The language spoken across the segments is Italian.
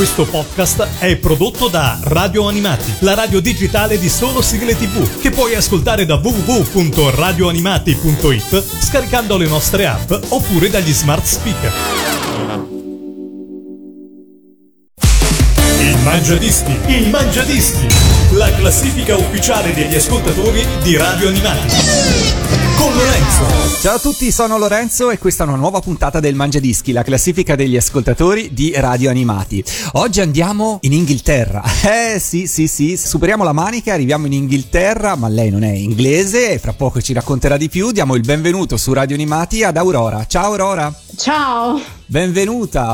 Questo podcast è prodotto da Radio Animati, la radio digitale di solo sigle TV, che puoi ascoltare da www.radioanimati.it scaricando le nostre app oppure dagli smart speaker. Il Mangiadischi, la classifica ufficiale degli ascoltatori di Radio Animati. Con Lorenzo. Ciao a tutti, sono Lorenzo e questa è una nuova puntata del Mangiadischi, la classifica degli ascoltatori di Radio Animati. Oggi andiamo in Inghilterra. Sì, superiamo la manica e arriviamo in Inghilterra, ma lei non è inglese e fra poco ci racconterà di più. Diamo il benvenuto su Radio Animati ad Aurora. Ciao Aurora. Ciao. Benvenuta.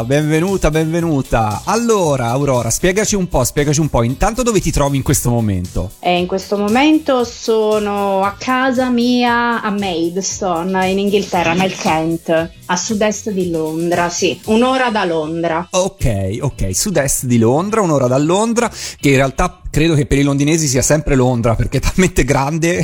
Allora, Aurora, spiegaci un po'. Intanto dove ti trovi in questo momento? In questo momento sono a casa mia a Maidstone, in Inghilterra, nel Kent, a sud-est di Londra, sì, un'ora da Londra. Ok, sud-est di Londra, un'ora da Londra, che in realtà credo che per i londinesi sia sempre Londra, perché è talmente grande.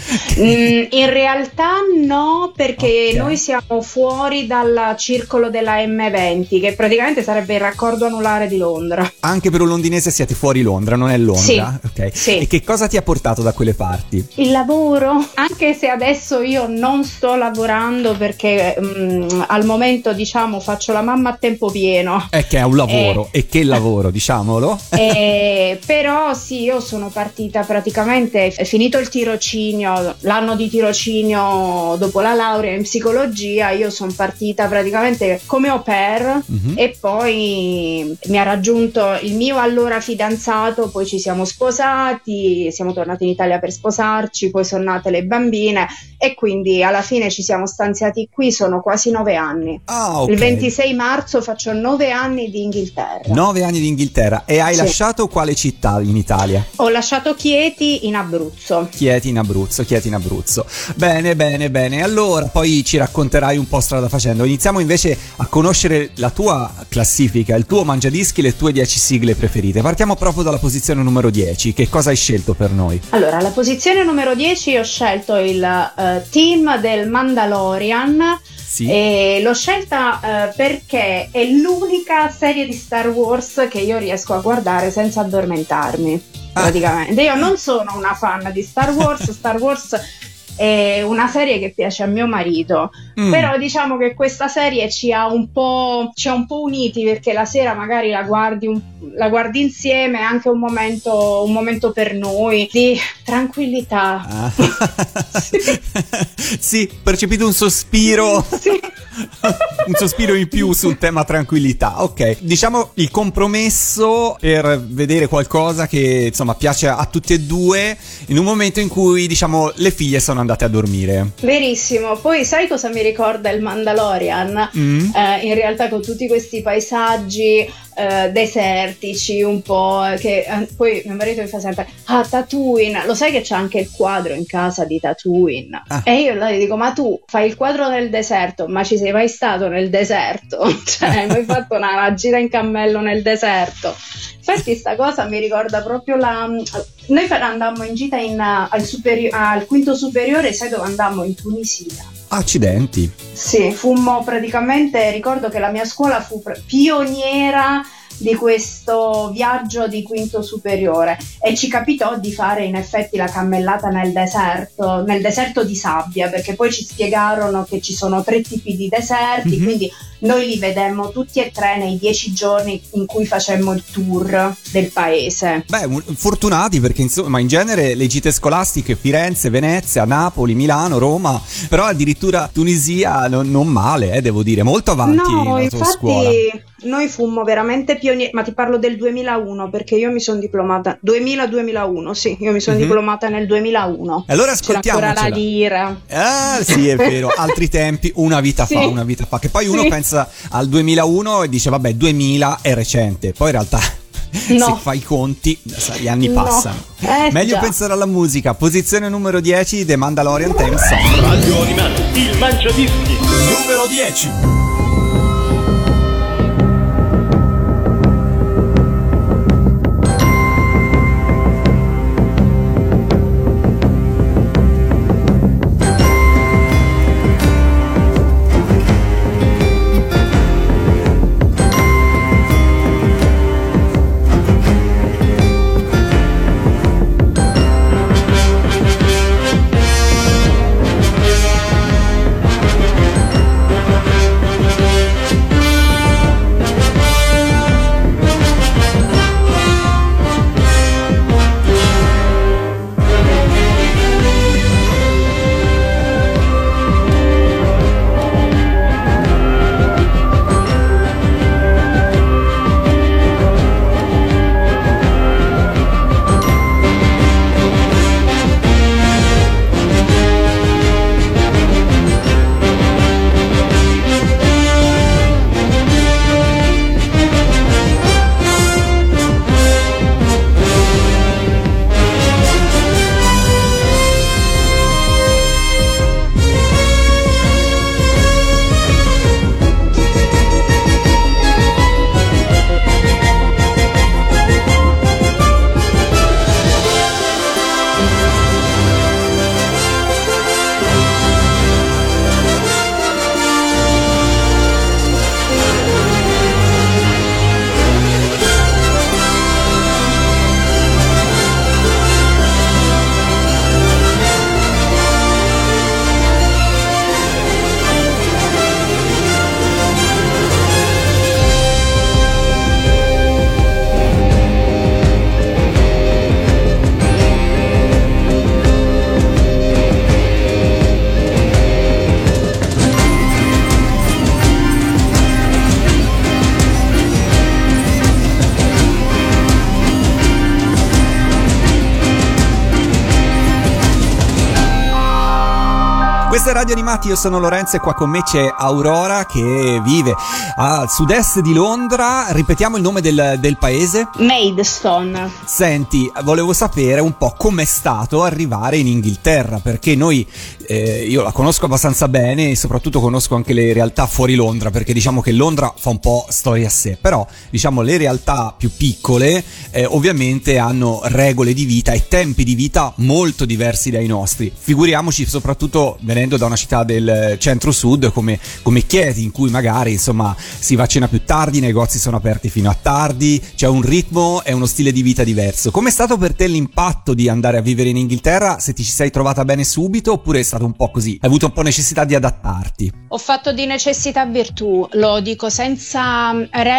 In realtà no, perché Okay. noi siamo fuori dal circolo della M20, che praticamente sarebbe il raccordo anulare di Londra. Anche per un londinese siete fuori Londra, non è Londra? Sì, Ok. sì. E che cosa ti ha portato da quelle parti? Il lavoro, anche se adesso io non sto lavorando perché al momento faccio la mamma a tempo pieno. È che è un lavoro, e che lavoro, diciamolo. Però sì, io sono partita praticamente, è finito il tirocinio, l'anno di tirocinio dopo la laurea in psicologia, io sono partita praticamente come au pair. E poi mi ha raggiunto il mio allora fidanzato, poi ci siamo sposati, siamo tornati in Italia per sposarci, poi sono nate le bambine e quindi alla fine ci siamo stanziati qui, sono quasi 9 anni. Ah, ok. Il 26 marzo faccio 9 anni di Inghilterra. 9 anni di Inghilterra. E hai Sì. lasciato quale città in Italia? Ho lasciato Chieti in Abruzzo. Chieti in Abruzzo. Bene. Allora, poi ci racconterai un po' strada facendo. Iniziamo invece a conoscere la tua classifica, il tuo Mangiadischi, le tue 10 sigle preferite. Partiamo proprio dalla posizione numero 10. Che cosa hai scelto per noi? Allora, alla posizione numero 10 ho scelto il team del Mandalorian. Sì. E l'ho scelta perché è l'unica serie di Star Wars che io riesco a guardare senza addormentarmi. Praticamente io non sono una fan di Star Wars. Star Wars è una serie che piace a mio marito, però diciamo che questa serie ci ha un po' uniti, perché la sera magari la guardi insieme, è anche un momento per noi di tranquillità. Sì, percepito un sospiro. Sì. Un sospiro in più sul tema tranquillità. Ok, diciamo il compromesso per vedere qualcosa che insomma piace a tutti e due in un momento in cui le figlie sono andate a dormire. Verissimo. Poi sai cosa mi ricorda il Mandalorian? In realtà con tutti questi paesaggi desertici un po', che poi mio marito mi fa sempre Tatooine, lo sai che c'è anche il quadro in casa di Tatooine? E io gli dico, ma tu fai il quadro nel deserto, ma ci sei mai stato nel deserto? Cioè hai mai fatto una gira in cammello nel deserto? Infatti sta cosa mi ricorda proprio noi andammo in gita al quinto superiore, sai dove andammo? In Tunisia. Accidenti. Sì, ricordo che la mia scuola fu pioniera di questo viaggio di quinto superiore e ci capitò di fare in effetti la cammellata nel deserto di sabbia, perché poi ci spiegarono che ci sono 3 tipi di deserti, quindi noi li vedemmo tutti e 3 nei 10 giorni in cui facemmo il tour del paese. Beh, fortunati, perché insomma in genere le gite scolastiche Firenze, Venezia, Napoli, Milano, Roma, però addirittura Tunisia non male, devo dire, molto avanti la tua scuola. Noi fummo veramente pionieri, ma ti parlo del 2001, perché io mi sono diplomata 2000-2001, sì, io mi sono diplomata nel 2001. Allora c'era ascoltiamocela. ancora la lira. Sì, è vero, altri tempi, una vita fa, che poi uno pensa al 2001 e dice vabbè, 2000 è recente, poi in realtà se fai i conti gli anni passano. Meglio pensare alla musica. Posizione numero 10, The Mandalorian Theme Song. Radio Animati, il Mangiadischi numero 10. Questa è Radio Animati, io sono Lorenzo e qua con me c'è Aurora che vive a sud-est di Londra. Ripetiamo il nome del paese? Maidstone. Senti, volevo sapere un po' com'è stato arrivare in Inghilterra, perché io la conosco abbastanza bene e soprattutto conosco anche le realtà fuori Londra, perché diciamo che Londra fa un po' storia a sé, però diciamo le realtà più piccole ovviamente hanno regole di vita e tempi di vita molto diversi dai nostri. Figuriamoci soprattutto venendo da una città del centro-sud come Chieti, in cui magari insomma si va a cena più tardi, i negozi sono aperti fino a tardi, c'è un ritmo e uno stile di vita diverso. Com'è stato per te l'impatto di andare a vivere in Inghilterra? Se ti ci sei trovata bene subito oppure è stato un po' così? Hai avuto un po' necessità di adattarti? Ho fatto di necessità virtù, lo dico senza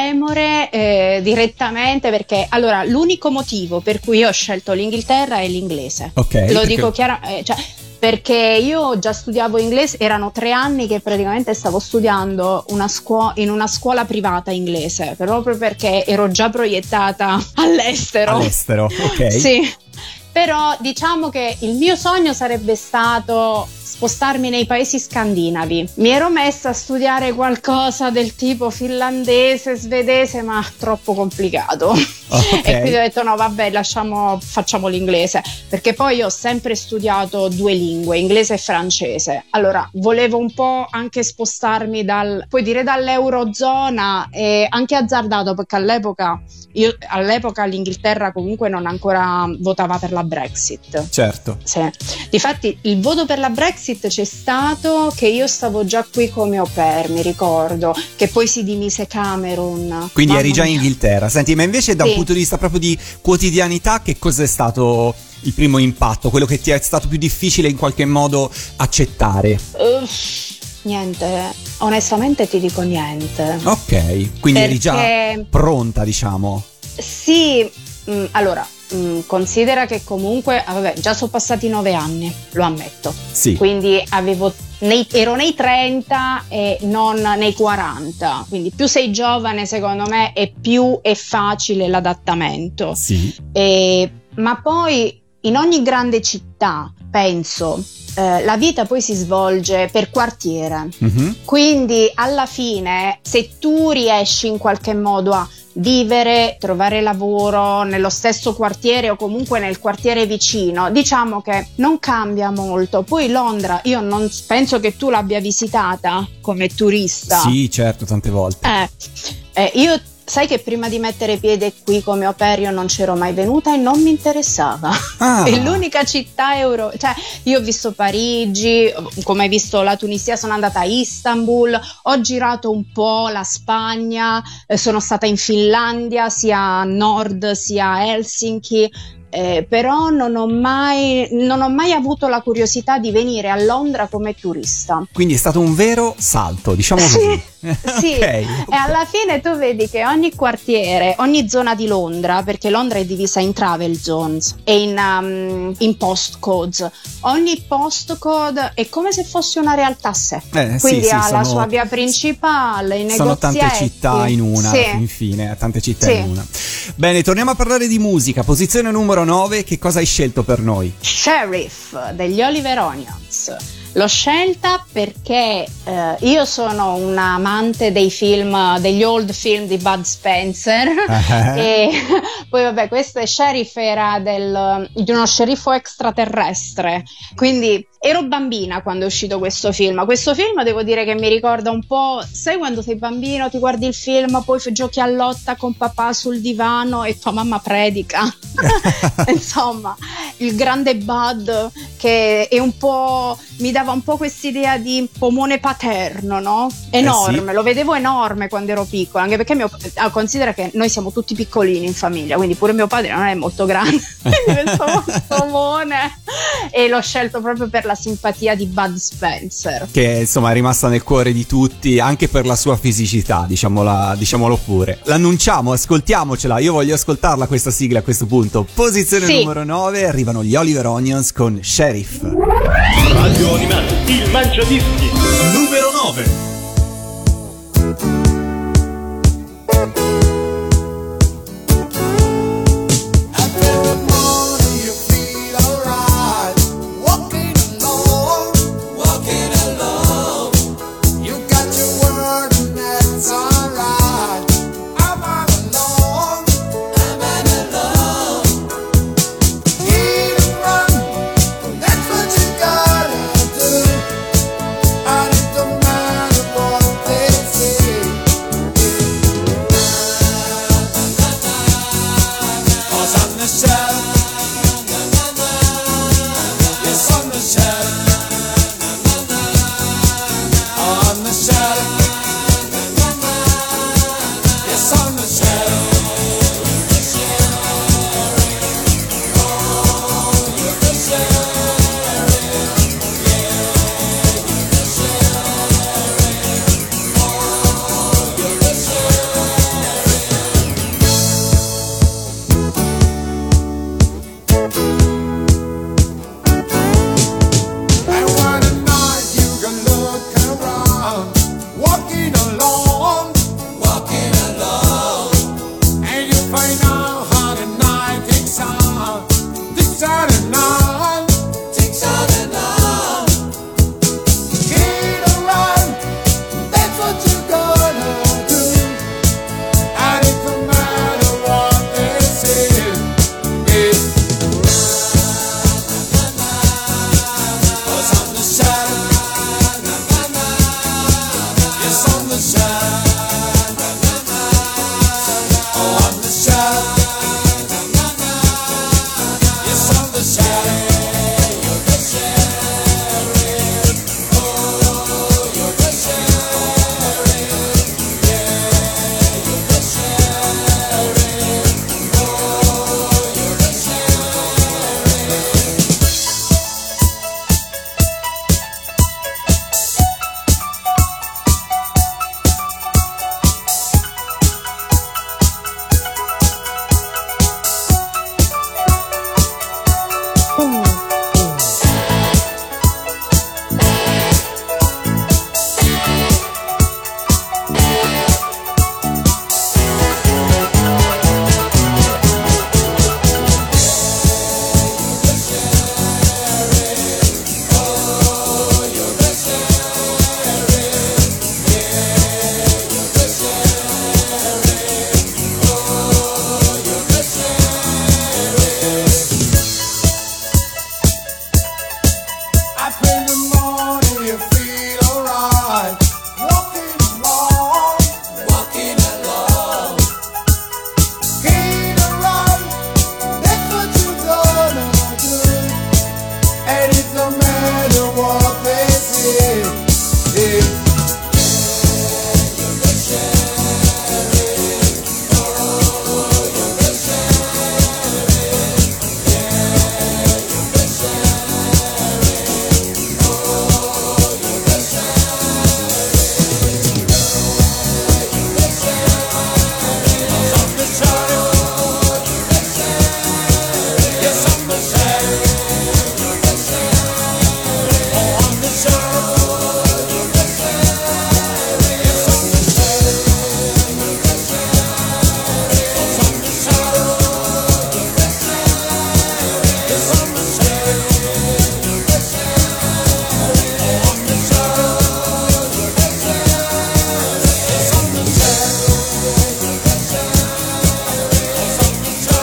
remore, direttamente, perché allora l'unico motivo per cui io ho scelto l'Inghilterra è l'inglese. Ok. Lo dico chiaramente, perché io già studiavo inglese, erano 3 anni che praticamente stavo studiando in una scuola privata inglese, proprio perché ero già proiettata all'estero. All'estero, ok. Sì, però diciamo che il mio sogno sarebbe stato spostarmi nei paesi scandinavi. Mi ero messa a studiare qualcosa del tipo finlandese, svedese, ma troppo complicato. Okay. E quindi ho detto no, vabbè, facciamo l'inglese, perché poi io ho sempre studiato 2 lingue, inglese e francese. Allora volevo un po' anche spostarmi dall'eurozona, e anche azzardato, perché all'epoca l'Inghilterra comunque non ancora votava per la Brexit. Certo. Sì. Difatti il voto per la Brexit c'è stato che io stavo già qui come au pair, mi ricordo, che poi si dimise Cameron. Quindi eri già in Inghilterra. Senti, ma invece da un punto di vista proprio di quotidianità, che cos'è stato il primo impatto, quello che ti è stato più difficile in qualche modo accettare? Niente, onestamente ti dico niente. Ok, quindi eri già pronta, diciamo. Sì, allora considera che comunque già sono passati 9 anni, lo ammetto. Sì. Quindi ero nei 30 e non nei 40, quindi più sei giovane secondo me e più è facile l'adattamento. Sì. Ma poi in ogni grande città, penso, la vita poi si svolge per quartiere. Mm-hmm. Quindi alla fine, se tu riesci in qualche modo a vivere, trovare lavoro nello stesso quartiere o comunque nel quartiere vicino, diciamo che non cambia molto. Poi Londra, io non penso che tu l'abbia visitata come turista. Sì, certo, tante volte. Io sai che prima di mettere piede qui come au pair io non c'ero mai venuta e non mi interessava. È l'unica città cioè io ho visto Parigi, come hai visto la Tunisia, sono andata a Istanbul, ho girato un po' la Spagna, sono stata in Finlandia, sia a nord sia a Helsinki. Però non ho mai avuto la curiosità di venire a Londra come turista. Quindi è stato un vero salto, diciamo così. Sì. Okay. E alla fine tu vedi che ogni quartiere, ogni zona di Londra, perché Londra è divisa in travel zones e in postcodes, ogni postcode è come se fosse una realtà a sé. Quindi ha la sua via principale, i negozietti. Sono tante città in una, infine, tante città in una. Bene, torniamo a parlare di musica. Posizione numero 9, che cosa hai scelto per noi? Sheriff degli Oliver Onions. L'ho scelta perché io sono un amante degli old film di Bud Spencer. E poi vabbè, questo è Sheriff, era di uno sceriffo extraterrestre, quindi ero bambina quando è uscito questo film. Questo film devo dire che mi ricorda un po', sai quando sei bambino ti guardi il film, poi giochi a lotta con papà sul divano e tua mamma predica. Insomma, il grande Bud, che è un po', mi dava un po' quest'idea di pomone paterno, no? Enorme, sì. Lo vedevo enorme quando ero piccola, anche perché considera che noi siamo tutti piccolini in famiglia, quindi pure mio padre non è molto grande, quindi pensavo pomone, e l'ho scelto proprio per la simpatia di Bud Spencer, che insomma è rimasta nel cuore di tutti anche per la sua fisicità, diciamolo pure. L'annunciamo, ascoltiamocela, io voglio ascoltarla questa sigla a questo punto. Posizione numero 9, arrivano gli Oliver Onions con Sheriff. Radio Animati, il Mangiadischi numero 9. Walking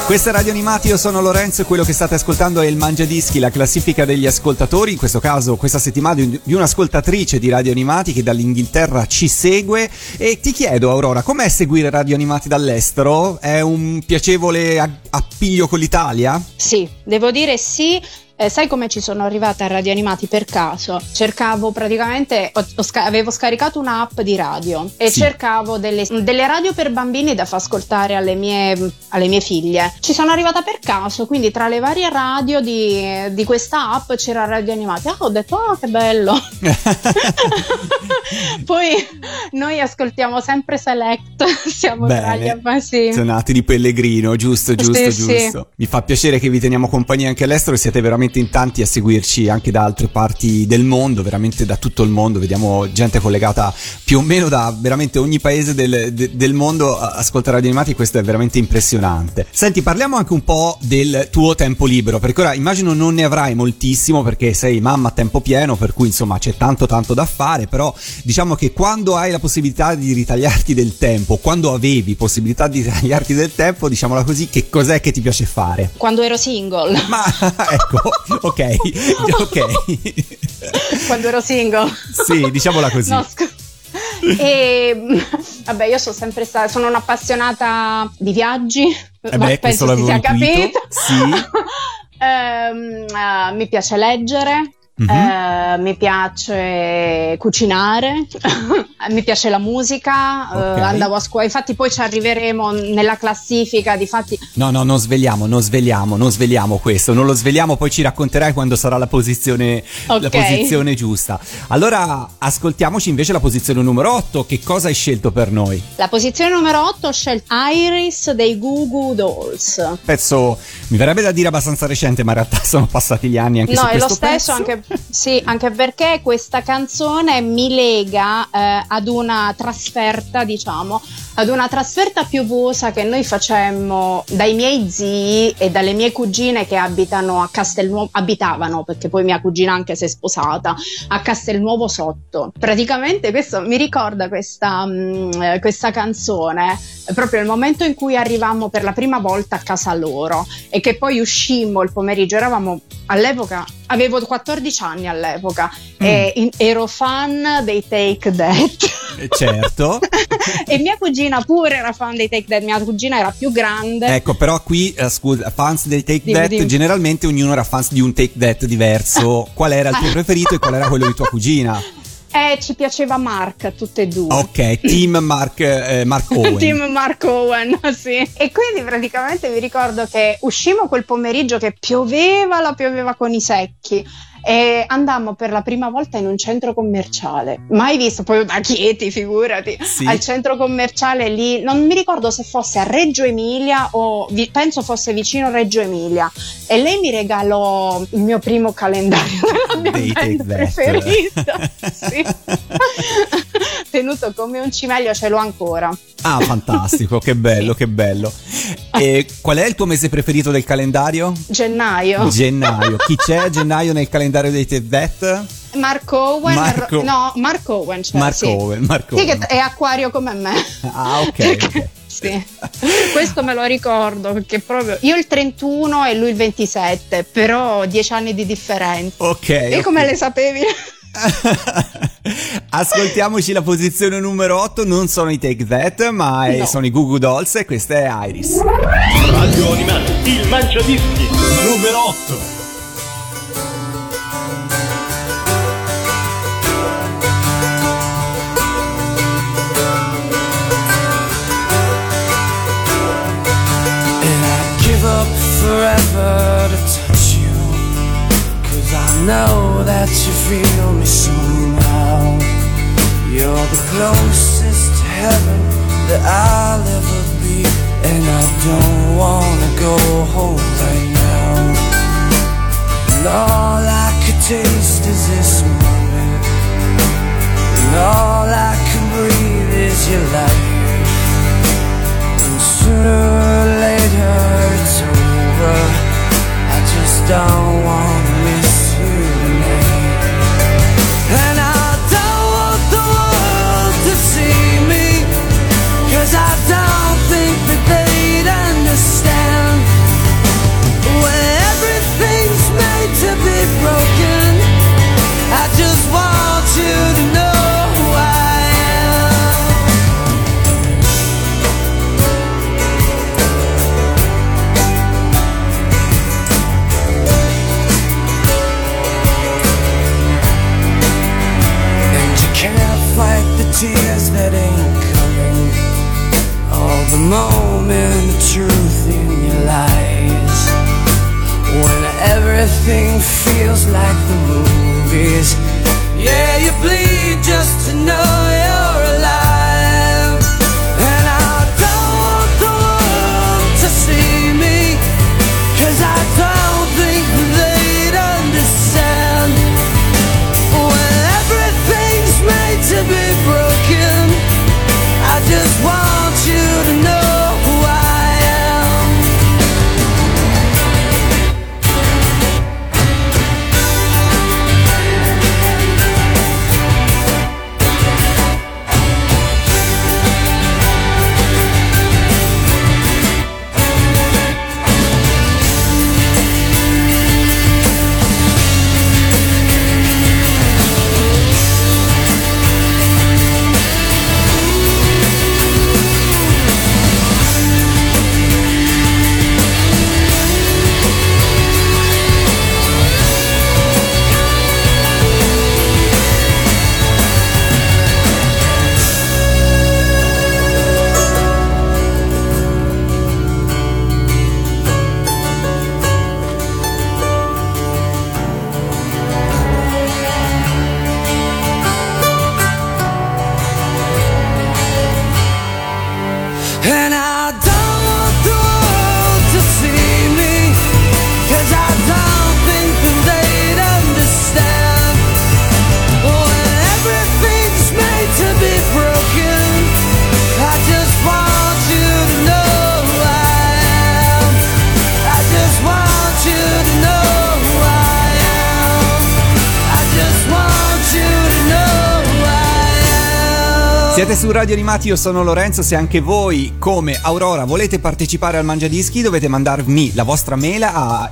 Questa è Radio Animati, io sono Lorenzo e quello che state ascoltando è il Mangiadischi, la classifica degli ascoltatori, in questo caso questa settimana di un'ascoltatrice di Radio Animati che dall'Inghilterra ci segue. E ti chiedo, Aurora, com'è seguire Radio Animati dall'estero? È un piacevole appiglio con l'Italia? Sì, devo dire sì. Sai come ci sono arrivata a Radio Animati per caso? Cercavo praticamente, avevo scaricato un'app di radio e sì, cercavo delle radio per bambini da far ascoltare alle mie figlie. Ci sono arrivata per caso, quindi tra le varie radio di questa app c'era Radio Animati. Ho detto, oh che bello! Poi noi ascoltiamo sempre Select, siamo bene, sì. Sono nati di pellegrino, giusto. Sì. Mi fa piacere che vi teniamo compagnia anche all'estero e siete veramente in tanti a seguirci anche da altre parti del mondo, veramente da tutto il mondo. Vediamo gente collegata più o meno da veramente ogni paese del mondo ascolta Radio Animati, questo è veramente impressionante. Senti, parliamo anche un po' del tuo tempo libero, perché ora immagino non ne avrai moltissimo perché sei mamma a tempo pieno, per cui insomma c'è tanto da fare, però diciamo che quando hai la possibilità di ritagliarti del tempo, quando avevi possibilità di ritagliarti del tempo, diciamola così, che cos'è che ti piace fare? Quando ero single. Ma ecco, ok. Quando ero single. Sì, diciamola così. No, e vabbè, io sono un'appassionata di viaggi. Penso si sia capito. Sì. Mi piace leggere. Mi piace cucinare, mi piace la musica, okay. Andavo a scuola, infatti poi ci arriveremo nella classifica, difatti no, non sveliamo questo, non lo sveliamo, poi ci racconterai quando sarà la posizione, okay, la posizione giusta. Allora ascoltiamoci invece la posizione numero 8, che cosa hai scelto per noi? La posizione numero 8 ho scelto Iris dei Goo Goo Dolls. Pezzo, mi verrebbe da dire abbastanza recente, ma in realtà sono passati gli anni anche su questo pezzo. No, è lo stesso, sì, anche perché questa canzone mi lega ad una trasferta, diciamo, ad una trasferta piovosa che noi facemmo dai miei zii e dalle mie cugine che abitavano, perché poi mia cugina anche si è sposata, a Castelnuovo Sotto. Praticamente questo mi ricorda questa canzone, proprio il momento in cui arrivammo per la prima volta a casa loro e che poi uscimmo il pomeriggio. Eravamo all'epoca, avevo 14 anni all'epoca e ero fan dei Take That. Certo. E mia cugina pure era fan dei Take That, mia cugina era più grande. Ecco, però qui, scusa, fans dei Take That, generalmente ognuno era fans di un Take That diverso. Qual era il tuo preferito e qual era quello di tua cugina? Ci piaceva Mark, tutte e due. Ok, team Mark Owen. Team Mark Owen, sì. E quindi praticamente mi ricordo che uscimmo quel pomeriggio che pioveva con i secchi e andammo per la prima volta in un centro commerciale, mai visto, poi da Chieti, figurati, sì. Al centro commerciale lì, non mi ricordo se fosse a Reggio Emilia o penso fosse vicino a Reggio Emilia, e lei mi regalò il mio primo calendario della mia band preferita. Sì. Tenuto come un cimelio, ce l'ho ancora. Ah, fantastico, che bello, che bello. E qual è il tuo mese preferito del calendario? Gennaio. Chi c'è a gennaio nel calendario dei Take That? Mark Owen. Mark Owen. Cioè, Mark Owen. Sì, che è acquario come me. Ah, ok. Sì, questo me lo ricordo perché proprio io il 31 e lui il 27, però 10 anni di differenza. Ok. E come le sapevi? Ascoltiamoci la posizione numero 8, non sono i Take That, ma sono i Goo Goo Dolls e questa è Iris. Radio Animati, il Mangiadischi numero 8. Forever to touch you, 'cause I know that you feel me somehow. You're the closest to heaven that I'll ever be, and I don't wanna go home right now. And all I could taste is this moment, and all I can breathe is your light. And sooner or later it's over, I just don't want to miss you tonight. And I don't want the world to see me, 'cause I don't think that they'd understand everything feels like the movies. Yeah, you bleed just to know you're alive. And I don't want the world to see me, 'cause I don't think they'd understand. When everything's made to be broken, I just want you to know who I am. And I don't want the world to see me, 'cause I don't think that they'd understand. When everything's made to be broken, I just want you to know who I am. I just want you to know who I am. I just want you to know who I am. Siete su Radio Animati, io sono Lorenzo. Se anche voi, come Aurora, volete partecipare al Mangiadischi, dovete mandarmi la vostra mail a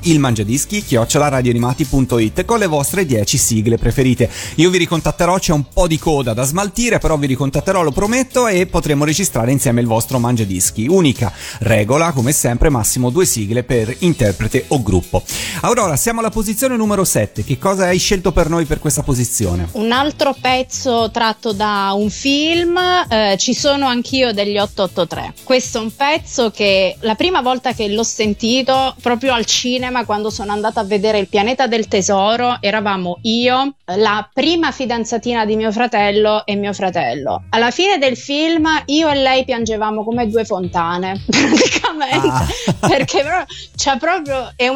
ilmangiadischi@radioanimati.it con le vostre 10 sigle preferite. Io vi ricontatterò, c'è un po' di coda da smaltire, però vi ricontatterò, lo prometto, e potremo registrare insieme il vostro Mangiadischi. Unica regola, come sempre, massimo 2 sigle per interprete o gruppo. Aurora, siamo alla posizione numero 7. Che cosa hai scelto per noi per questa posizione? Un altro pezzo tratto da un film, Ci sono anch'io degli 883. Questo è un pezzo che la prima volta che l'ho sentito proprio al cinema, quando sono andata a vedere Il pianeta del tesoro, eravamo io, la prima fidanzatina di mio fratello e mio fratello. Alla fine del film io e lei piangevamo come due fontane praticamente, perché c'ha proprio è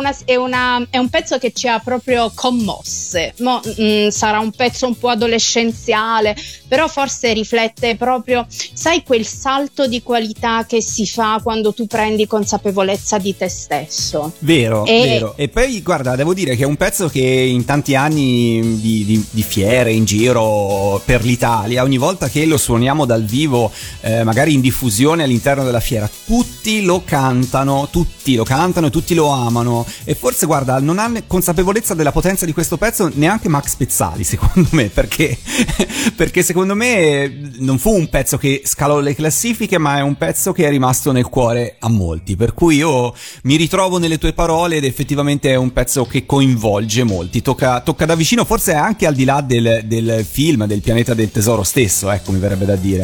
un pezzo che ci ha proprio commosse. Sarà un pezzo un po' adolescenziale, però forse riflette proprio, sai, quel salto di qualità che si fa quando tu prendi consapevolezza di te stesso. Vero. E poi guarda, devo dire che è un pezzo che in tanti anni di fiere in giro per l'Italia, ogni volta che lo suoniamo dal vivo, magari in diffusione all'interno della fiera, tutti lo cantano e tutti lo amano. E forse, guarda, non ha consapevolezza della potenza di questo pezzo neanche Max Pezzali, secondo me, perché secondo me non fu un pezzo che scalò le classifiche, ma è un pezzo che è rimasto nel cuore a molti, per cui io mi ritrovo nelle tue parole ed effettivamente è un pezzo che coinvolge molti, tocca da vicino, forse anche al di là del film, del pianeta del tesoro stesso, ecco, mi verrebbe da dire.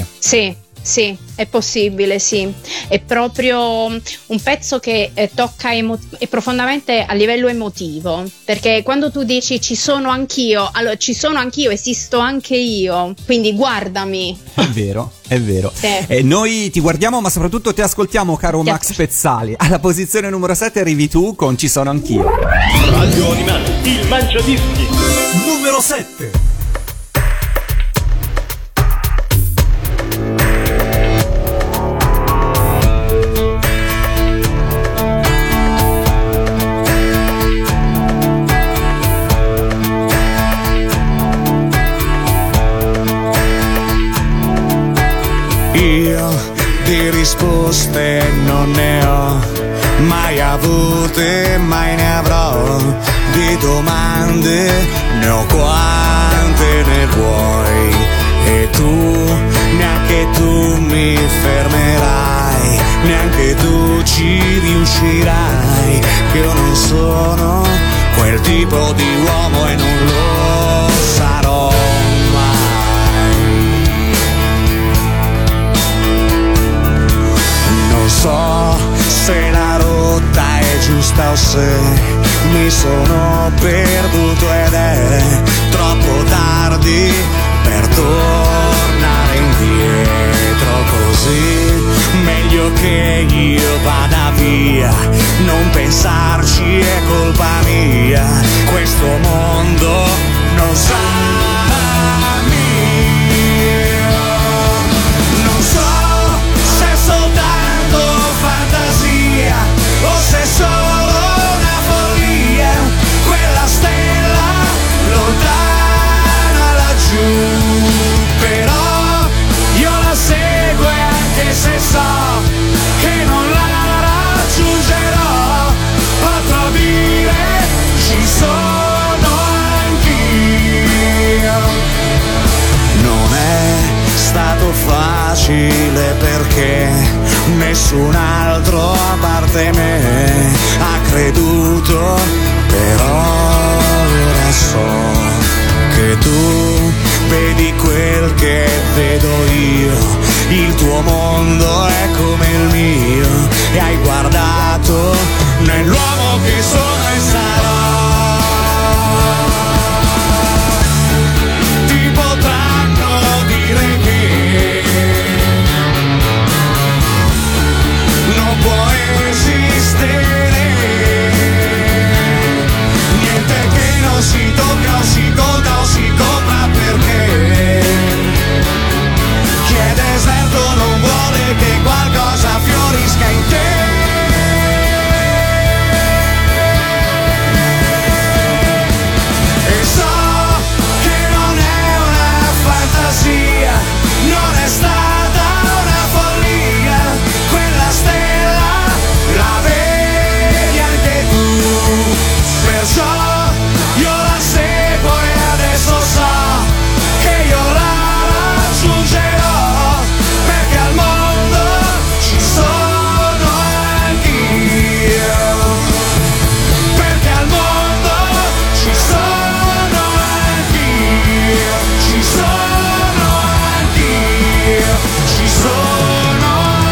Sì, è possibile, sì. È proprio un pezzo che tocca profondamente a livello emotivo, perché quando tu dici ci sono anch'io, allora ci sono anch'io, esisto anche io, quindi guardami. È vero. Sì. Noi ti guardiamo, ma soprattutto ti ascoltiamo, caro Max Pezzali. Alla posizione numero 7 arrivi tu con Ci sono anch'io. Radio Animati, il Mangiadischi numero 7. Io di risposte non ne ho mai avute, mai ne avrò. Di domande ne ho quante ne vuoi, e tu, neanche tu mi fermerai, neanche tu ci riuscirai, che io non sono quel tipo di uomo e non lo sarò mai. Non so se la rotta è giusta o se mi sono perduto ed è troppo tardi per tornare indietro, così meglio che io vada via, non pensarci è colpa mia, questo mondo non sa mio, non so se è soltanto fantasia o se è solo una follia, quella stella lontana laggiù, però io la seguo e anche se so che non la raggiungerò, potrò dire ci sono anch'io. Non è stato facile perché nessun altro a parte me ha creduto, però ora so che tu vedi quel che vedo io, il tuo mondo è come il mio e hai guardato nell'uomo che sono e sarò. Ti potranno dire che non può esistere niente che non si tocca o si conta o si compra, perché chi è deserto non vuole che qualcosa fiorisca in te. E so che non è una fantasia, non è stata una follia, quella stella la vedi anche tu, perciò io la seguo e adesso so che io la raggiungerò, perché al mondo ci sono anch'io, perché al mondo ci sono anch'io, ci sono anch'io, ci sono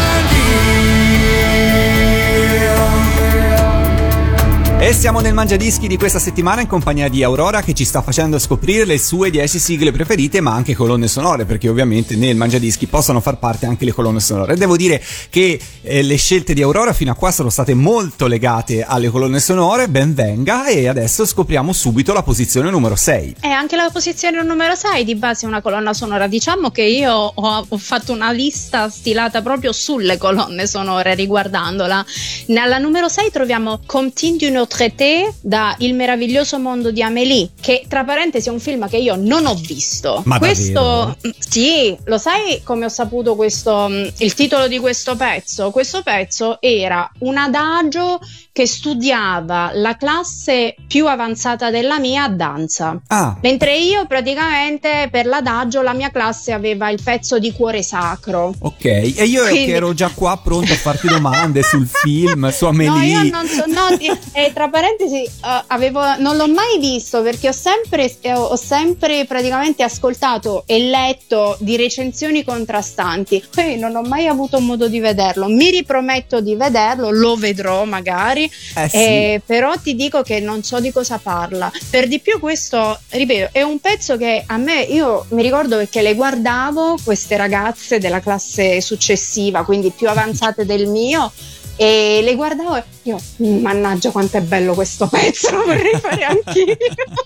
anch'io. E siamo nel Mangiadischi di questa settimana in compagnia di Aurora, che ci sta facendo scoprire le sue 10 sigle preferite, ma anche colonne sonore, perché ovviamente nel Mangiadischi possono far parte anche le colonne sonore. Devo dire che le scelte di Aurora fino a qua sono state molto legate alle colonne sonore, ben venga, e adesso scopriamo subito la posizione numero 6. E anche la posizione numero 6 di base è una colonna sonora. Diciamo che io ho fatto una lista stilata proprio sulle colonne sonore riguardandola. Nella numero 6 troviamo Continue notre été da Il meraviglioso mondo di Amélie, che tra parentesi è un film che io non ho visto. Ma questo davvero? Sì, lo sai come ho saputo questo, il titolo di questo pezzo? Questo pezzo era un adagio che studiava la classe più avanzata della mia a danza. Mentre io praticamente per l'adagio la mia classe aveva il pezzo di Cuore Sacro. Ok, e io che ero già qua pronto a farti domande sul film, su Amélie. No, io non so, tra parentesi non l'ho mai visto perché ho sempre praticamente ascoltato e letto di recensioni contrastanti, poi non ho mai avuto modo di vederlo. Mi riprometto di vederlo, lo vedrò magari. Sì. Però ti dico che non so di cosa parla. Per di più questo, ripeto, è un pezzo che a me, io mi ricordo perché le guardavo queste ragazze della classe successiva, quindi più avanzate del mio, e le guardavo e io, mannaggia quanto è bello questo pezzo, lo vorrei fare anch'io.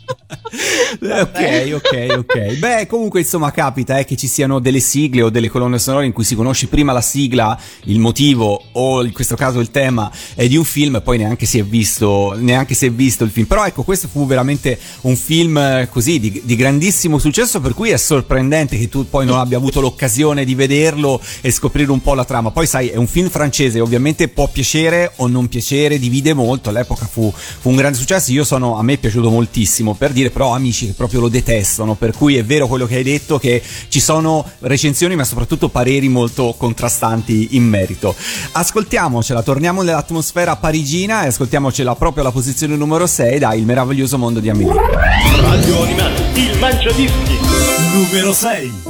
Ok. Beh, comunque insomma capita che ci siano delle sigle o delle colonne sonore in cui si conosce prima la sigla, il motivo o in questo caso il tema di un film e poi neanche si è visto il film. Però ecco, questo fu veramente un film così di grandissimo successo, per cui è sorprendente che tu poi non abbia avuto l'occasione di vederlo e scoprire un po' la trama. Poi sai, è un film francese, ovviamente può piacere o non piacere, divide molto. All'epoca fu un grande successo, a me è piaciuto moltissimo, per dire, però ho amici che proprio lo detestano, per cui è vero quello che hai detto, che ci sono recensioni ma soprattutto pareri molto contrastanti in merito. Ascoltiamocela, torniamo nell'atmosfera parigina e ascoltiamocela proprio alla posizione numero 6 da Il meraviglioso mondo di Amélie. Radio Animati, il Mangiadischi numero 6.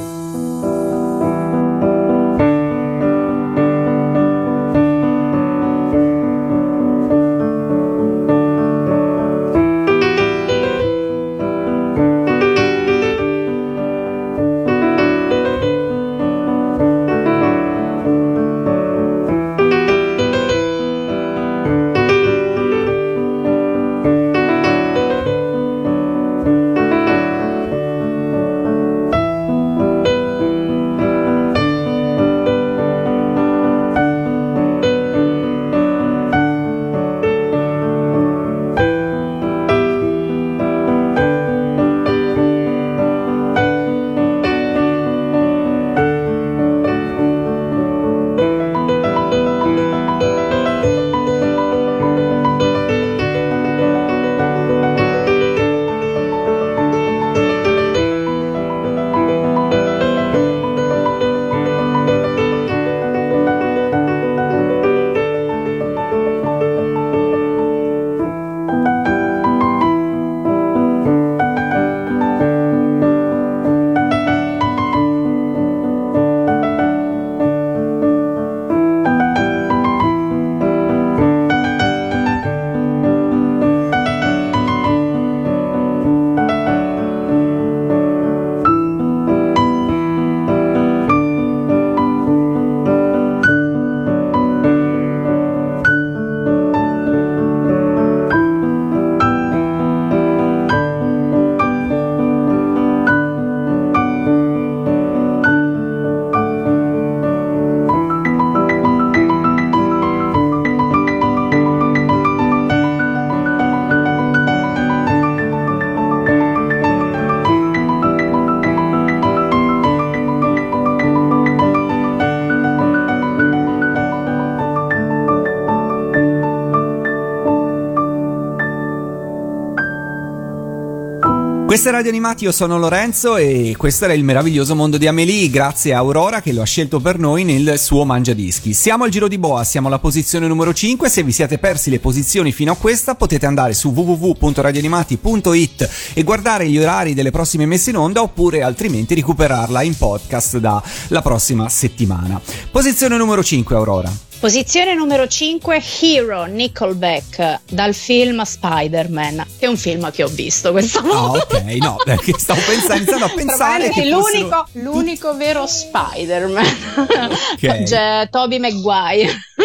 Questa è Radio Animati, io sono Lorenzo e questo era il meraviglioso mondo di Amélie, grazie a Aurora che lo ha scelto per noi nel suo Mangiadischi. Siamo al giro di boa, siamo alla posizione numero 5, se vi siete persi le posizioni fino a questa potete andare su www.radioanimati.it e guardare gli orari delle prossime messe in onda oppure altrimenti recuperarla in podcast dalla prossima settimana. Posizione numero 5, Aurora. Posizione numero 5, Hero, Nickelback, dal film Spider-Man, che è un film che ho visto questa volta. Ah, ok, no, perché stavo iniziando a pensare che l'unico vero Spider-Man. Ok. C'è Tobey Maguire.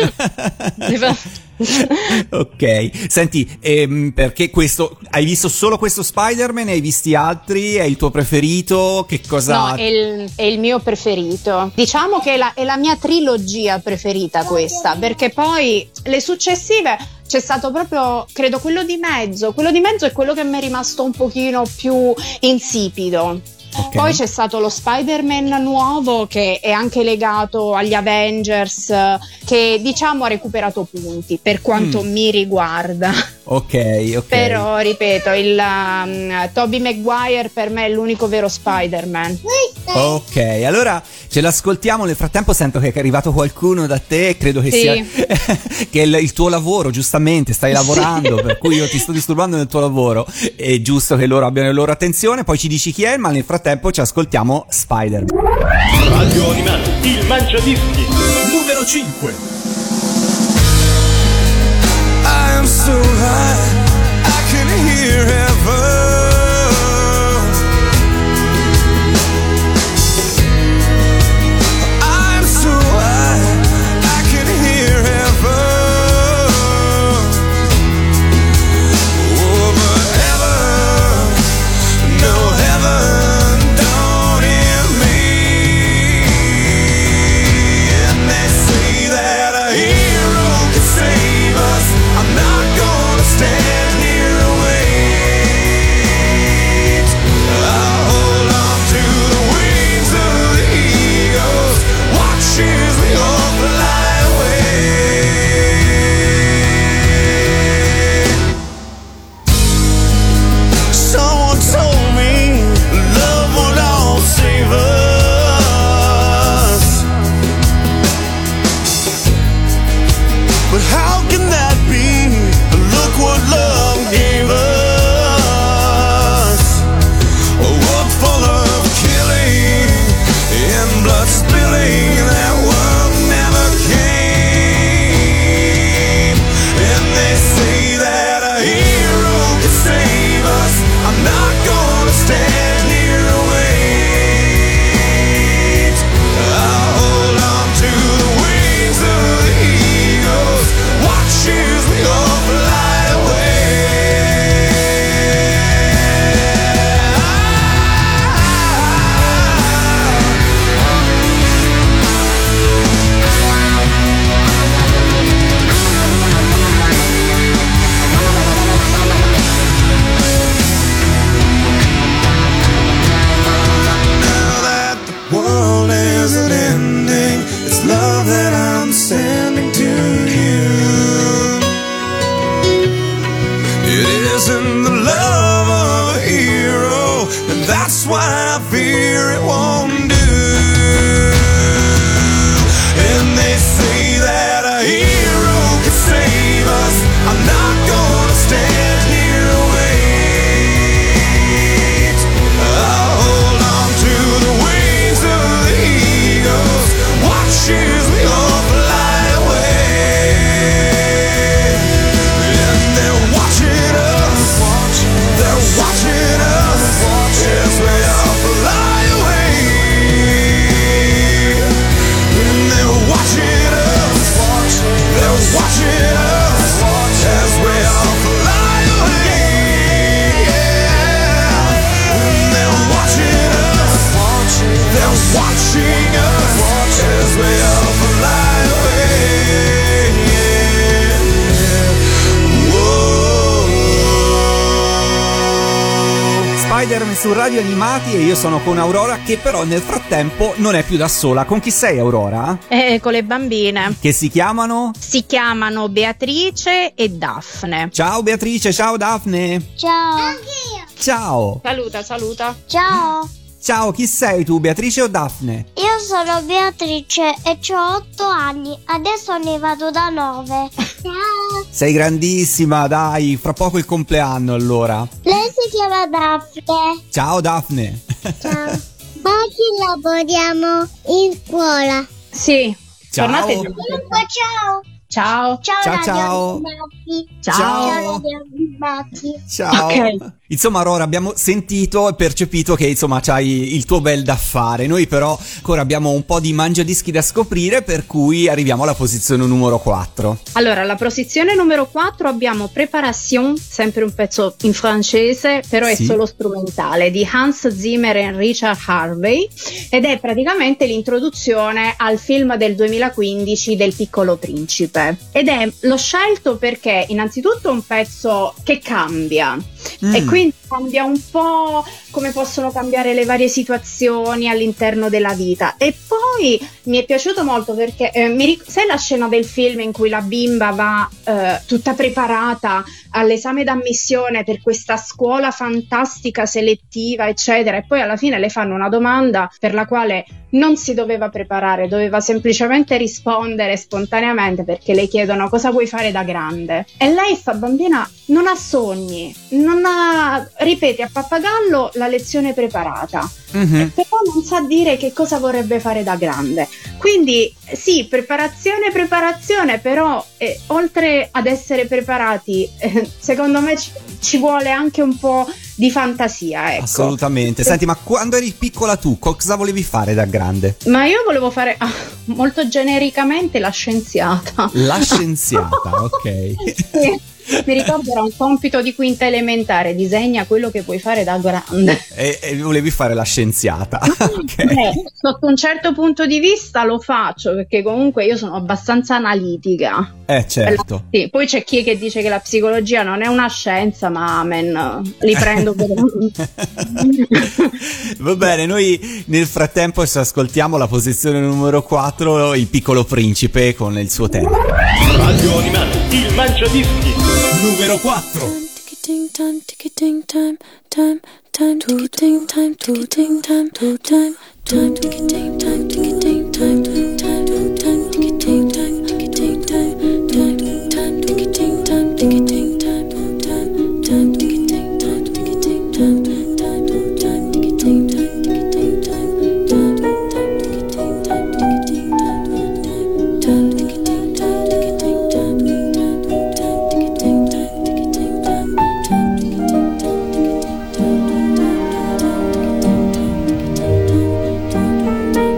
Ok, senti, perché questo hai visto solo questo Spider-Man? Hai visti altri? È il tuo preferito? Che cosa? No, è il mio preferito. Diciamo che è la mia trilogia preferita questa, perché poi le successive c'è stato proprio, credo, quello di mezzo è quello che mi è rimasto un pochino più insipido. Okay. Poi c'è stato lo Spider-Man nuovo che è anche legato agli Avengers, che diciamo ha recuperato punti per quanto mi riguarda. Ok. Però ripeto, il Tobey Maguire per me è l'unico vero Spider-Man. Ok, allora ce l'ascoltiamo. Nel frattempo sento che è arrivato qualcuno da te, credo che sia che è il tuo lavoro, giustamente stai lavorando, per cui io ti sto disturbando nel tuo lavoro, è giusto che loro abbiano la loro attenzione. Poi ci dici chi è, ma nel frattempo ci ascoltiamo Spider-Man. Radio Animati, il Mangiadischi numero 5. I am so high, I can hear heaven. I'm so high, I can hear heaven. Oh, but heaven, no heaven, don't hear me. And they say that a hero can save us. I'm not gonna stand here and wait. I'll hold on to the wings of the eagles, watch as we all fly away. Someone told me love will all save us, but how can that be? Look what love gave us. A world full of killing and blood spilling, that world never came. And they say that a hero can save us. I'm not gonna stand here and wait. I'll hold on to the wings of the eagles, watch as we all fly away. Now that the world isn't ending, it's love that I'm sending to you. It isn't the love of a hero, and that's why I fear it won't do. And they say that a hero can save us. I'm not gonna stand here and wait. I'll hold on to the wings of the eagles, watch as we all fly away. And they're watching us, they're watching us as we all fly away. And they're watching us, they're watching us as we all fly away. Yeah. And they're watching us, they're watching us as we all fly away. Whoa. Spider-Man su Radio Animati e io sono con Aurora che però nel frattempo non è più da sola. Con chi sei, Aurora? Con le bambine. Che si chiamano? Si chiamano Beatrice e Daphne. Ciao Beatrice, ciao Daphne. Ciao. Anch'io. Ciao. Saluta. Ciao, Ciao, chi sei tu, Beatrice o Daphne? io sono Beatrice e ho 8 anni, adesso ne vado da 9. Ciao, Sei grandissima, dai, fra poco il compleanno allora. lei si chiama Daphne. Ciao Daphne. Ciao. Oggi lavoriamo in scuola. Sì. Ciao. Tornate. Ciao. Ciao. Ciao, Ciao, Radio ciao. Animati. Ciao. Radio Animati. Ciao. Ok. Insomma, Aurora, abbiamo sentito e percepito che insomma c'hai il tuo bel da fare. Noi però ancora abbiamo un po' di mangiadischi da scoprire, per cui arriviamo alla posizione numero 4. Allora, alla posizione numero 4 abbiamo Préparation, sempre un pezzo in francese, però è Sì. solo strumentale, di Hans Zimmer e Richard Harvey, ed è praticamente l'introduzione al film del 2015 del Piccolo Principe. Ed l'ho scelto perché innanzitutto è un pezzo che cambia, e quindi cambia un po' come possono cambiare le varie situazioni all'interno della vita. E poi mi è piaciuto molto perché sai la scena del film in cui la bimba va tutta preparata all'esame d'ammissione per questa scuola fantastica, selettiva, eccetera, e poi alla fine le fanno una domanda per la quale non si doveva preparare, doveva semplicemente rispondere spontaneamente, perché le chiedono cosa vuoi fare da grande, e lei, sta bambina, non ha sogni, ripete a pappagallo la lezione preparata, però non sa dire che cosa vorrebbe fare da grande. Quindi sì, preparazione, però oltre ad essere preparati, secondo me ci vuole anche un po' di fantasia, ecco. Assolutamente. Senti, ma quando eri piccola tu, cosa volevi fare da grande? Ma io volevo fare molto genericamente la scienziata. La scienziata, ok. Sì. Mi ricordo era un compito di quinta elementare, disegna quello che puoi fare da grande. E volevi fare la scienziata. Ok. Sotto un certo punto di vista lo faccio, perché comunque io sono abbastanza analitica. Certo. Sì, poi c'è chi che dice che la psicologia non è una scienza, ma amen, li prendo per... Va bene, noi nel frattempo ci ascoltiamo la posizione numero 4, Il Piccolo Principe, con il suo tema. Radio Animati, il Mangiadischi, numero 4. Ticketing time, ticketing time, time, time, ticketing time, ticketing time, time, time, ticketing time, ticketing time, time, time, ticketing time, ticketing time, time, time, ticketing time, ticketing time, time, time, ticketing time, ticketing time, time, time, ticketing time, ticketing time, time, time, ticketing time, ticketing time, time, ticketing time, ticketing time.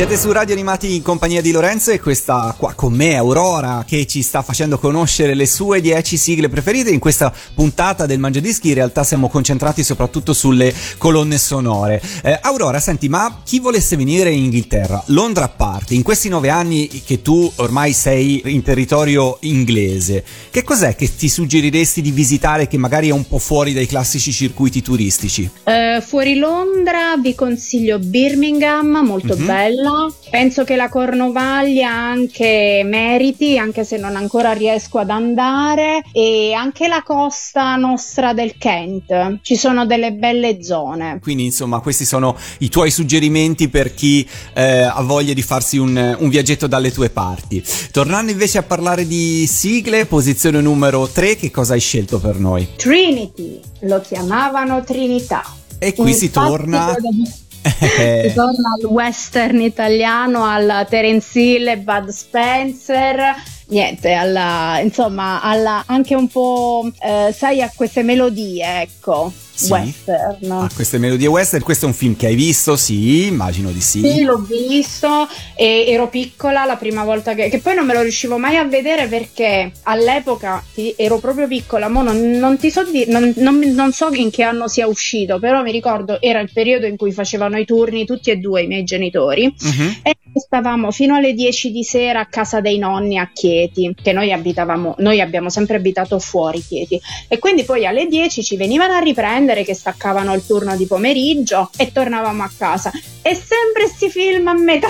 Siete su Radio Animati in compagnia di Lorenzo e questa qua con me è Aurora che ci sta facendo conoscere le sue 10 sigle preferite. In questa puntata del Mangiadischi in realtà siamo concentrati soprattutto sulle colonne sonore. Aurora, senti, ma chi volesse venire in Inghilterra, Londra a parte, in questi 9 anni che tu ormai sei in territorio inglese, che cos'è che ti suggeriresti di visitare che magari è un po' fuori dai classici circuiti turistici? Fuori Londra vi consiglio Birmingham, molto bella. Penso che la Cornovaglia anche meriti, anche se non ancora riesco ad andare, e anche la costa nostra del Kent, ci sono delle belle zone. Quindi insomma questi sono i tuoi suggerimenti per chi ha voglia di farsi un viaggetto dalle tue parti. Tornando invece a parlare di sigle, posizione numero 3, che cosa hai scelto per noi? Trinity, lo chiamavano Trinità. E qui si torna... Si torna al western italiano, al Terence Hill e Bud Spencer, niente, insomma, anche un po', sai, a queste melodie, ecco. Sì, western. a queste melodie western. Questo è un film che hai visto? Sì, immagino di sì. Sì, l'ho visto e ero piccola la prima volta che poi non me lo riuscivo mai a vedere perché all'epoca ero proprio piccola, mo non ti so dire, non so in che anno sia uscito, però mi ricordo era il periodo in cui facevano i turni tutti e due i miei genitori e stavamo fino alle 10 di sera a casa dei nonni a Chieti, che noi abbiamo sempre abitato fuori Chieti, e quindi poi alle 10 ci venivano a riprendere che staccavano il turno di pomeriggio e tornavamo a casa, e sempre sti film a metà.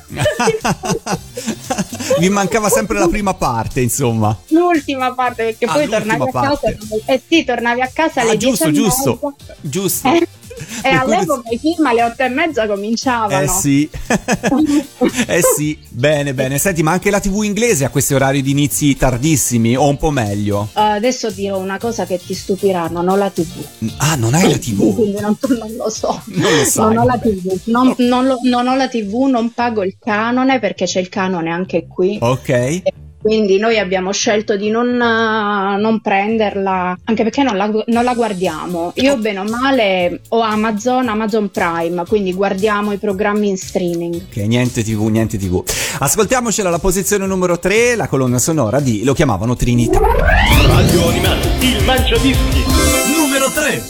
Vi mancava sempre la prima parte, insomma. L'ultima parte, perché poi tornavi a casa. Tornavi a casa alle 10 giusto. E all'epoca i film alle 8:30 cominciavano. Sì. Sì, bene. Senti, ma anche la TV inglese ha questi orari di inizi tardissimi o un po' meglio? Adesso dirò una cosa che ti stupirà, non ho la TV. Ah, non hai la TV? Quindi non lo so. Non lo sai. Non ho la TV. Non ho la TV, non pago il canone perché c'è il canone anche qui. Ok. Quindi noi abbiamo scelto di non prenderla, anche perché non la guardiamo. Io bene o male ho Amazon Prime, quindi guardiamo i programmi in streaming. Ok, niente TV. Ascoltiamocela alla posizione numero 3, la colonna sonora di Lo chiamavano Trinità. Radio Animati, il Mangiadischi, numero 3.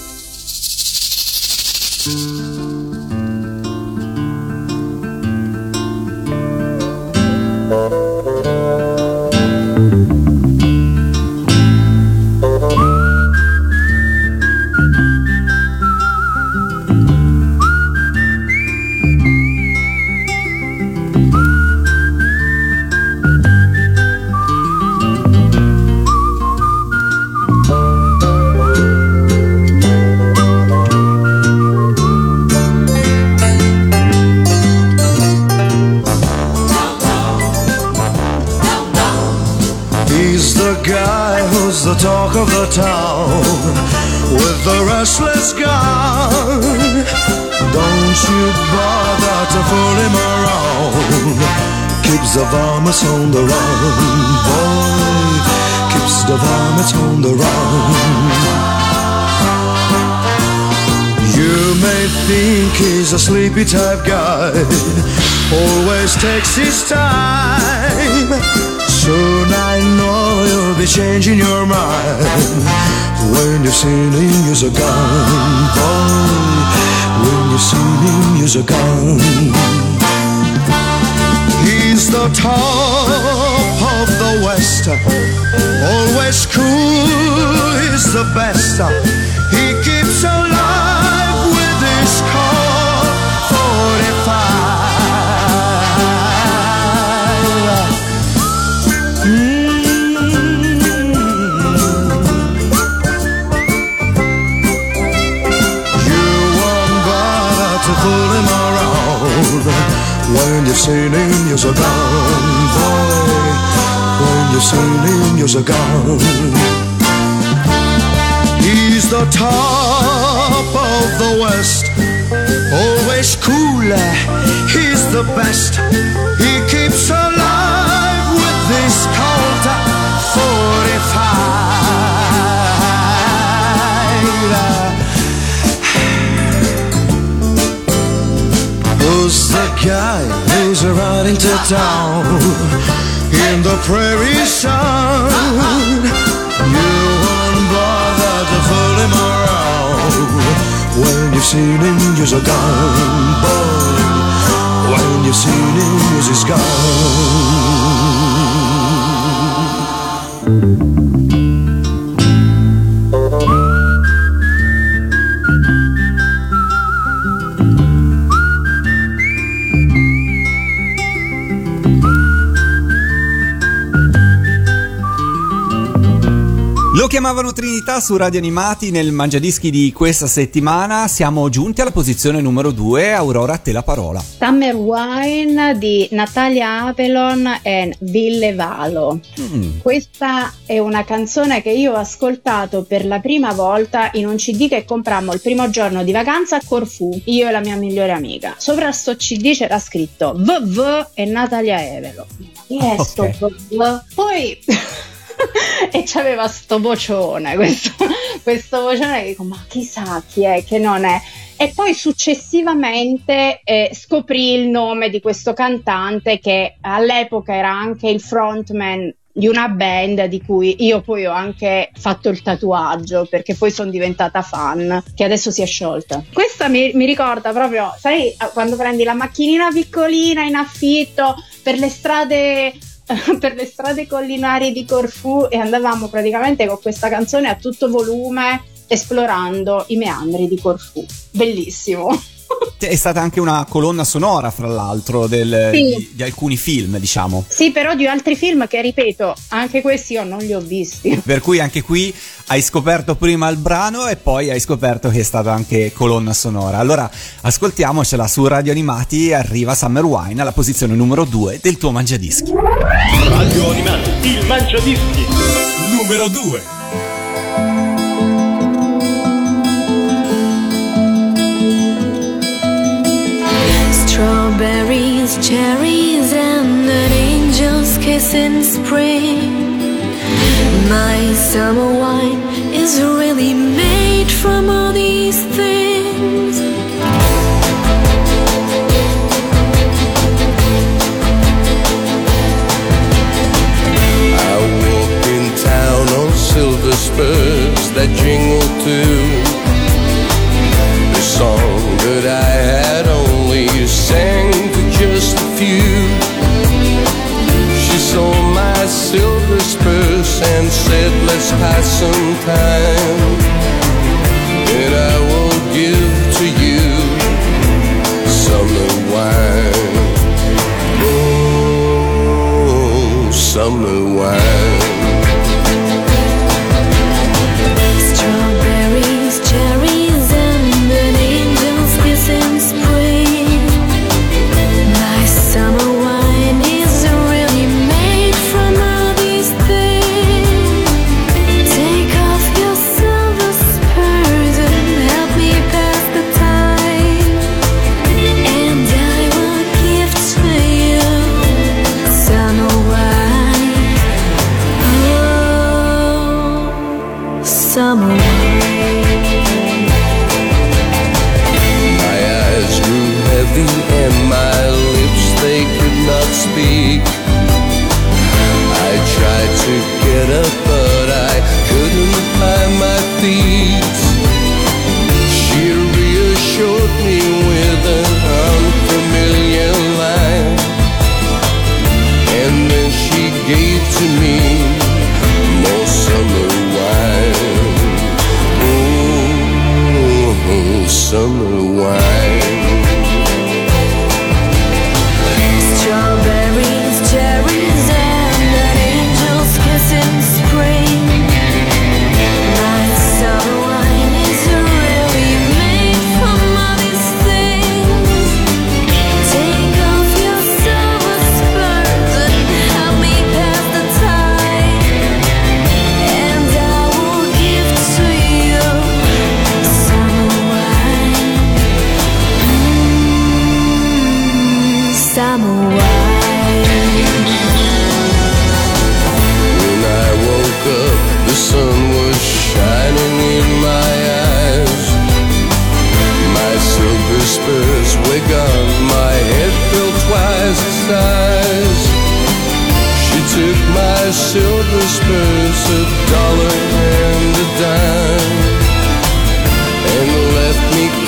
The talk of the town with the restless guy. Don't you bother to fool him around. Keeps the varmints on the run, boy. Keeps the varmints on the run. You may think he's a sleepy type guy, always takes his time. Soon I know you'll be changing your mind when you've seen him use a gun, boy. When you've seen him use a gun. He's the top of the West, always cool, he's the best. He keeps alive with his Colt 45. When you've seen him use a gun, boy. When you've seen him use a gun. He's the top of the West, always cool, he's the best. He keeps alive with this Colt 45. Who's the guy who's riding to town in the prairie sun? You won't bother to fool him around. When you've seen him, use a gun, boy. When you've seen him, use his gun. Lo chiamavano Trinità su Radio Animati nel Mangiadischi di questa settimana. Siamo giunti alla posizione numero 2. Aurora, a te la parola. Summer Wine di Natalia Avalon e Ville Valo. Questa è una canzone che io ho ascoltato per la prima volta in un CD che comprammo il primo giorno di vacanza a Corfù, io e la mia migliore amica. Sopra sto CD c'era scritto VV e Natalia Avalon. Chi è sto VV? Poi e c'aveva sto vocione, questo vocione che dico, ma chissà chi è, che non è. E poi successivamente scoprì il nome di questo cantante che all'epoca era anche il frontman di una band di cui io poi ho anche fatto il tatuaggio, perché poi sono diventata fan, che adesso si è sciolta. Questa mi ricorda proprio, sai, quando prendi la macchinina piccolina in affitto per le strade collinari di Corfù e andavamo praticamente con questa canzone a tutto volume esplorando i meandri di Corfù. Bellissimo. È stata anche una colonna sonora, fra l'altro, sì, di alcuni film, diciamo. Sì, però di altri film che, ripeto, anche questi io non li ho visti. Per cui anche qui hai scoperto prima il brano e poi hai scoperto che è stata anche colonna sonora. Allora ascoltiamocela su Radio Animati. Arriva Summer Wine alla posizione numero 2 del tuo Mangiadischi. Radio Animati, il Mangiadischi numero 2. Strawberries, cherries, and an angel's kiss in spring. My summer wine is really made from all these things. I walk in town on silver spurs that jingle too. The song that I had only sang to just a few. She saw my silver spurs and said, let's pass some time, and I will give to you summer wine. Oh, summer wine. Strawberries, cherries, and an angel's kiss in spring. My summer wine is really made from all these things. Take off your silver spurs and help me pass the time, and I will give to you summer wine. Oh, summer wine. My eyes grew heavy and my lips, they could not speak. I tried to get up but I couldn't find my feet. She reassured me with an unfamiliar line, and then she gave to me more summer wine. Oh, summer wine. Strawberries, cherries, and an angel's kiss in spring. My summer wine is really made from all these things. Take off your silver spurs and help me pass the time, and I will give to you summer wine.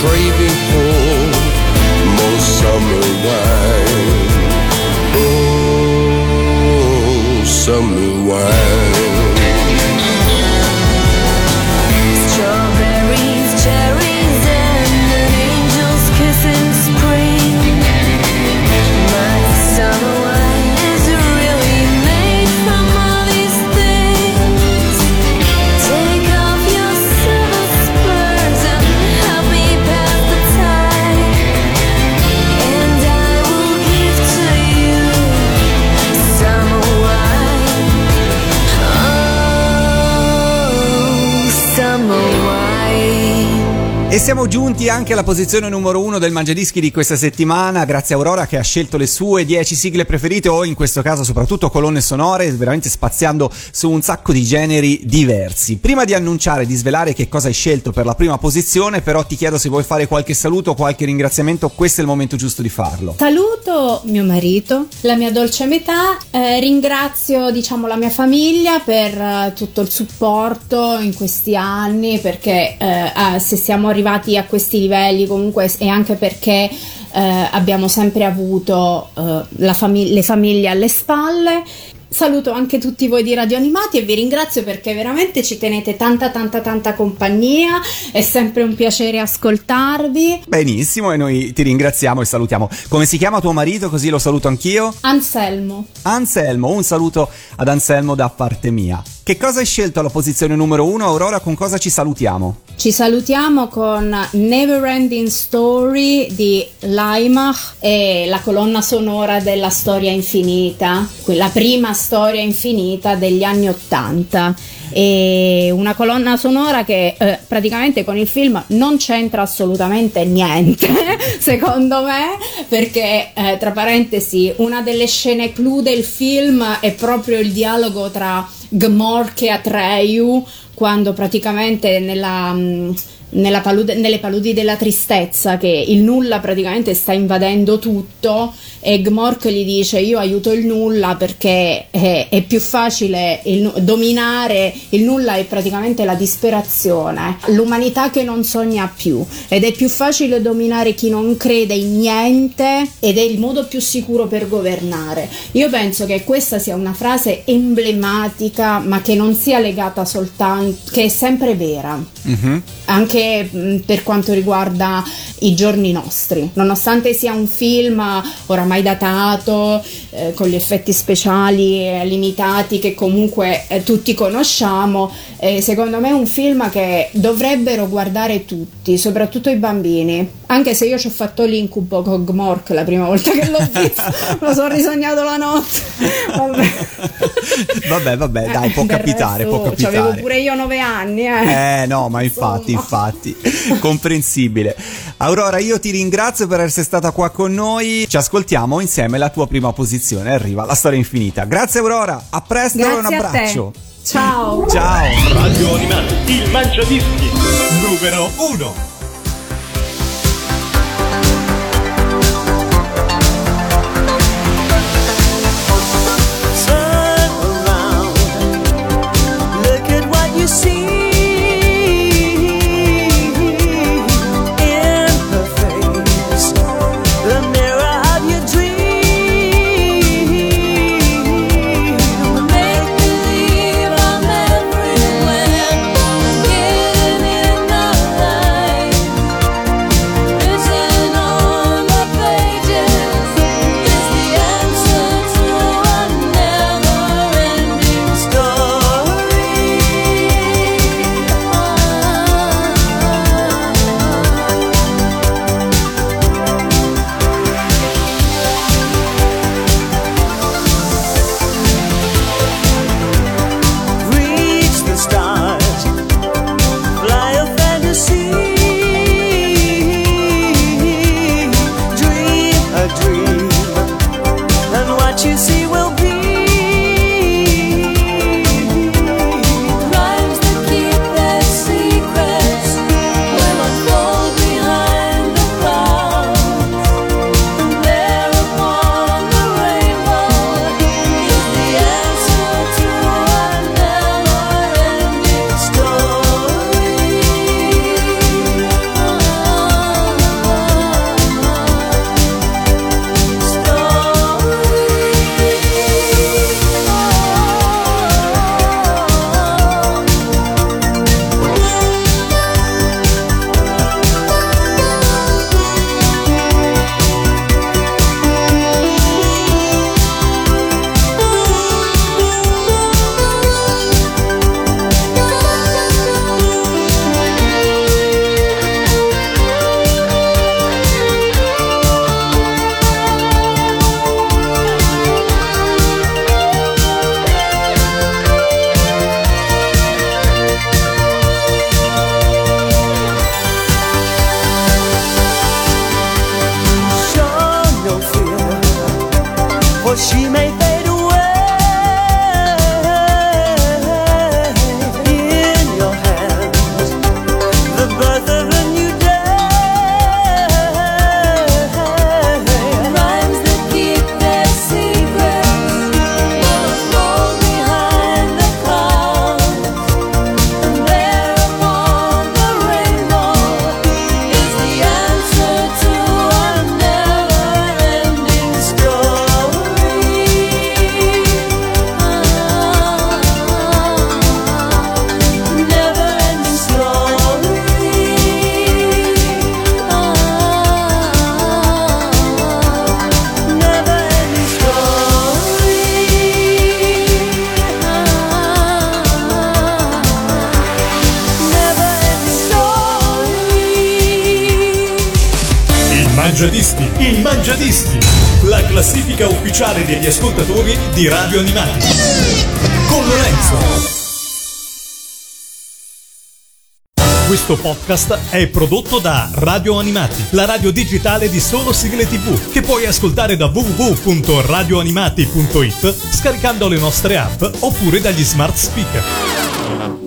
craving for more summer wine. Oh, summer wine. Strawberries, cherries, and an angel's kiss in spring. My summer wine is really made from all these things. Take off your silver spurs and help me pass the time, and I will give to you summer wine. Oh, summer wine. E siamo giunti anche alla posizione numero 1 del Mangiadischi di questa settimana, grazie a Aurora che ha scelto le sue 10 sigle preferite, o in questo caso soprattutto colonne sonore, veramente spaziando su un sacco di generi diversi. Prima di annunciare, di svelare che cosa hai scelto per la prima posizione, però ti chiedo se vuoi fare qualche saluto o qualche ringraziamento, questo è il momento giusto di farlo. Saluto mio marito, la mia dolce metà, ringrazio la mia famiglia per tutto il supporto in questi anni, perché se siamo arrivati a questi livelli comunque è anche perché abbiamo sempre avuto le famiglie alle spalle. Saluto anche tutti voi di Radio Animati e vi ringrazio perché veramente ci tenete tanta compagnia, è sempre un piacere ascoltarvi. Benissimo, e noi ti ringraziamo e salutiamo. Come si chiama tuo marito, così lo saluto anch'io? Anselmo, un saluto ad Anselmo da parte mia. Che cosa hai scelto alla posizione numero 1, Aurora? Con cosa ci salutiamo? ci salutiamo con Neverending Story di Laimach e la colonna sonora della Storia Infinita, quella prima Storia Infinita degli anni '80. E una colonna sonora che praticamente con il film non c'entra assolutamente niente secondo me, perché tra parentesi una delle scene clou del film è proprio il dialogo tra Gmork e Atreyu, quando praticamente nelle paludi della tristezza, che il nulla praticamente sta invadendo tutto, e Gmork gli dice: io aiuto il nulla perché è più facile dominare il nulla, è praticamente la disperazione, l'umanità che non sogna più, ed è più facile dominare chi non crede in niente, ed è il modo più sicuro per governare. Io penso che questa sia una frase emblematica, ma che non sia legata soltanto, che è sempre vera. Mm-hmm. Anche per quanto riguarda i giorni nostri, nonostante sia un film oramai datato, con gli effetti speciali limitati che comunque tutti conosciamo, secondo me è un film che dovrebbero guardare tutti, soprattutto i bambini, anche se io ci ho fatto l'incubo con Gmork la prima volta che l'ho visto. Lo sono risognato la notte. Vabbè, dai, può capitare, può capitare. Avevo pure io 9 anni. No, ma infatti, comprensibile. Aurora, io ti ringrazio per essere stata qua con noi. Ci ascoltiamo insieme la tua prima posizione. Arriva la Storia Infinita. Grazie Aurora, a presto. Grazie, un abbraccio. Ciao. Radio Animati, il Mangiadischi numero 1. Everywhere, getting in the light. or she may fade away. In your hands, the birth of a new day. Rhymes that keep their secrets will fall behind the clouds. And there upon the rainbow is the answer to a never-ending story. Never-ending story. Never-ending Mangiadischi, il Mangiadischi, la classifica ufficiale degli ascoltatori di Radio Animati. Con Lorenzo. Questo podcast è prodotto da Radio Animati, la radio digitale di solo sigle TV, che puoi ascoltare da www.radioanimati.it scaricando le nostre app oppure dagli smart speaker.